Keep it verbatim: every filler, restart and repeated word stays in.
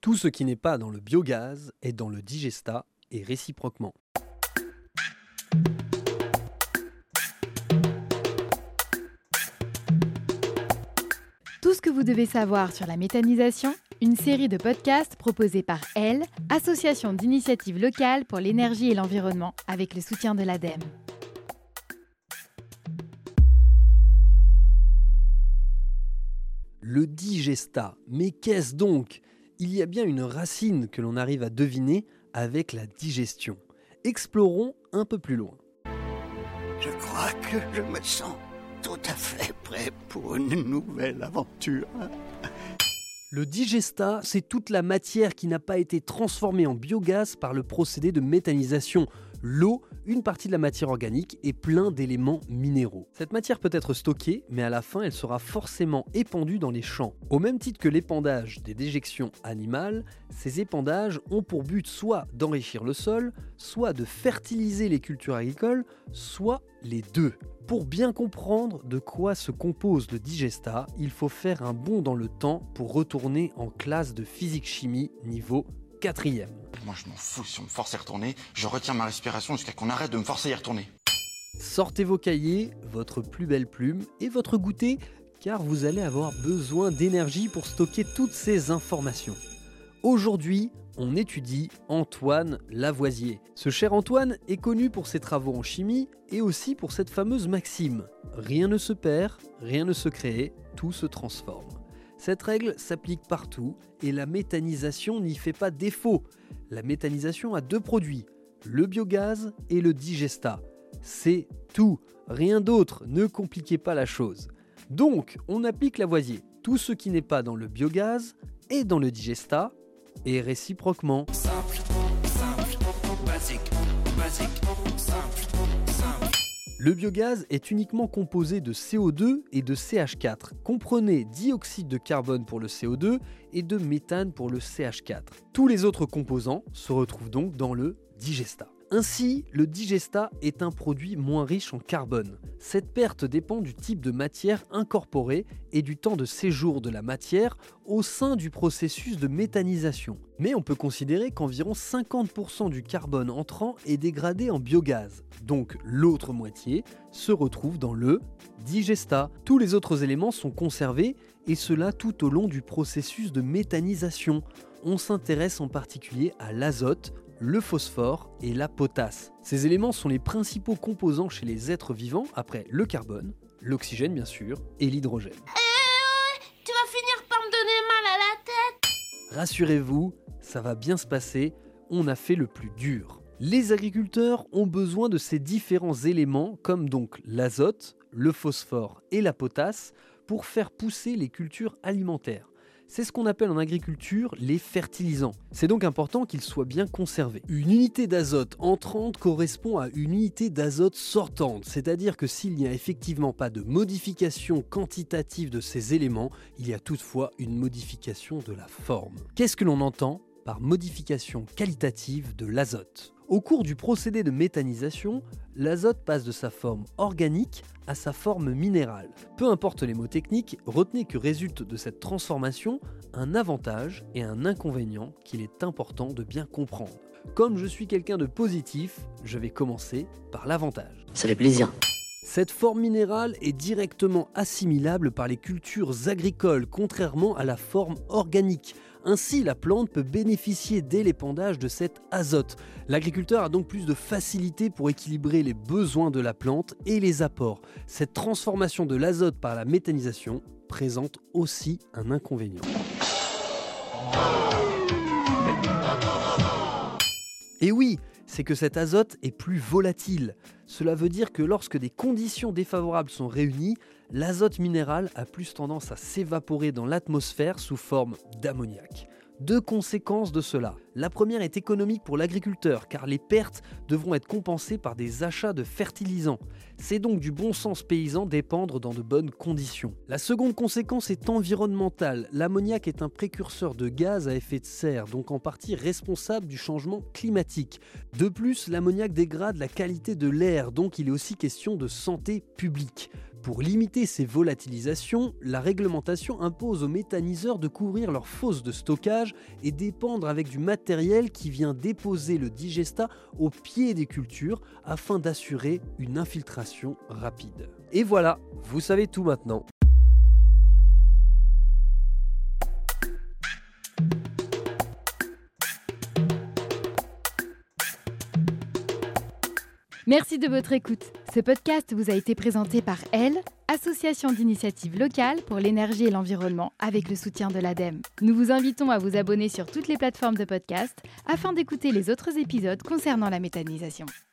Tout ce qui n'est pas dans le biogaz est dans le digestat et réciproquement. Tout ce que vous devez savoir sur la méthanisation, une série de podcasts proposés par Elle, Association d'initiatives locales pour l'énergie et l'environnement, avec le soutien de l'Ademe. Le digestat, mais qu'est-ce donc ? Il y a bien une racine que l'on arrive à deviner avec la digestion. Explorons un peu plus loin. Je crois que je me sens tout à fait prêt pour une nouvelle aventure. Le digestat, c'est toute la matière qui n'a pas été transformée en biogaz par le procédé de méthanisation. L'eau, une partie de la matière organique et plein d'éléments minéraux. Cette matière peut être stockée, mais à la fin, elle sera forcément épandue dans les champs. Au même titre que l'épandage des déjections animales, ces épandages ont pour but soit d'enrichir le sol, soit de fertiliser les cultures agricoles, soit les deux. Pour bien comprendre de quoi se compose le digestat, il faut faire un bond dans le temps pour retourner en classe de physique-chimie niveau quatrième. Moi je m'en fous, si on me force à y retourner, je retiens ma respiration jusqu'à qu'on arrête de me forcer à y retourner. Sortez vos cahiers, votre plus belle plume et votre goûter, car vous allez avoir besoin d'énergie pour stocker toutes ces informations. Aujourd'hui, on étudie Antoine Lavoisier. Ce cher Antoine est connu pour ses travaux en chimie et aussi pour cette fameuse maxime « Rien ne se perd, rien ne se crée, tout se transforme ». Cette règle s'applique partout et la méthanisation n'y fait pas défaut. La méthanisation a deux produits, le biogaz et le digestat. C'est tout, rien d'autre, ne compliquez pas la chose. Donc, on applique Lavoisier. Tout ce qui n'est pas dans le biogaz est dans le digestat et réciproquement. Simple, simple, basique, basique, simple, simple. Le biogaz est uniquement composé de C O deux et de C H quatre. Comprenez dioxyde de carbone pour le C O deux et de méthane pour le C H quatre. Tous les autres composants se retrouvent donc dans le digestat. Ainsi, le digestat est un produit moins riche en carbone. Cette perte dépend du type de matière incorporée et du temps de séjour de la matière au sein du processus de méthanisation. Mais on peut considérer qu'environ cinquante pour cent du carbone entrant est dégradé en biogaz. Donc l'autre moitié se retrouve dans le digestat. Tous les autres éléments sont conservés et cela tout au long du processus de méthanisation. On s'intéresse en particulier à l'azote, le phosphore et la potasse. Ces éléments sont les principaux composants chez les êtres vivants, après le carbone, l'oxygène bien sûr, et l'hydrogène. Euh, tu vas finir par me donner mal à la tête. Rassurez-vous, ça va bien se passer, on a fait le plus dur. Les agriculteurs ont besoin de ces différents éléments, comme donc l'azote, le phosphore et la potasse, pour faire pousser les cultures alimentaires. C'est ce qu'on appelle en agriculture les fertilisants. C'est donc important qu'ils soient bien conservés. Une unité d'azote entrante correspond à une unité d'azote sortante, c'est-à-dire que s'il n'y a effectivement pas de modification quantitative de ces éléments, il y a toutefois une modification de la forme. Qu'est-ce que l'on entend par modification qualitative de l'azote ? Au cours du procédé de méthanisation, l'azote passe de sa forme organique à sa forme minérale. Peu importe les mots techniques, retenez que résulte de cette transformation un avantage et un inconvénient qu'il est important de bien comprendre. Comme je suis quelqu'un de positif, je vais commencer par l'avantage. Ça fait plaisir. Cette forme minérale est directement assimilable par les cultures agricoles, contrairement à la forme organique. Ainsi, la plante peut bénéficier dès l'épandage de cet azote. L'agriculteur a donc plus de facilité pour équilibrer les besoins de la plante et les apports. Cette transformation de l'azote par la méthanisation présente aussi un inconvénient. Et oui, c'est que cet azote est plus volatile. Cela veut dire que lorsque des conditions défavorables sont réunies, l'azote minéral a plus tendance à s'évaporer dans l'atmosphère sous forme d'ammoniac. Deux conséquences de cela. La première est économique pour l'agriculteur, car les pertes devront être compensées par des achats de fertilisants. C'est donc du bon sens paysan d'épandre dans de bonnes conditions. La seconde conséquence est environnementale. L'ammoniac est un précurseur de gaz à effet de serre, donc en partie responsable du changement climatique. De plus, l'ammoniac dégrade la qualité de l'air, donc il est aussi question de santé publique. Pour limiter ces volatilisations, la réglementation impose aux méthaniseurs de couvrir leurs fosses de stockage et d'épandre avec du matériel qui vient déposer le digestat au pied des cultures afin d'assurer une infiltration rapide. Et voilà, vous savez tout maintenant. Merci de votre écoute. Ce podcast vous a été présenté par Elle, Association d'initiative locale pour l'énergie et l'environnement, avec le soutien de l'ADEME. Nous vous invitons à vous abonner sur toutes les plateformes de podcast afin d'écouter les autres épisodes concernant la méthanisation.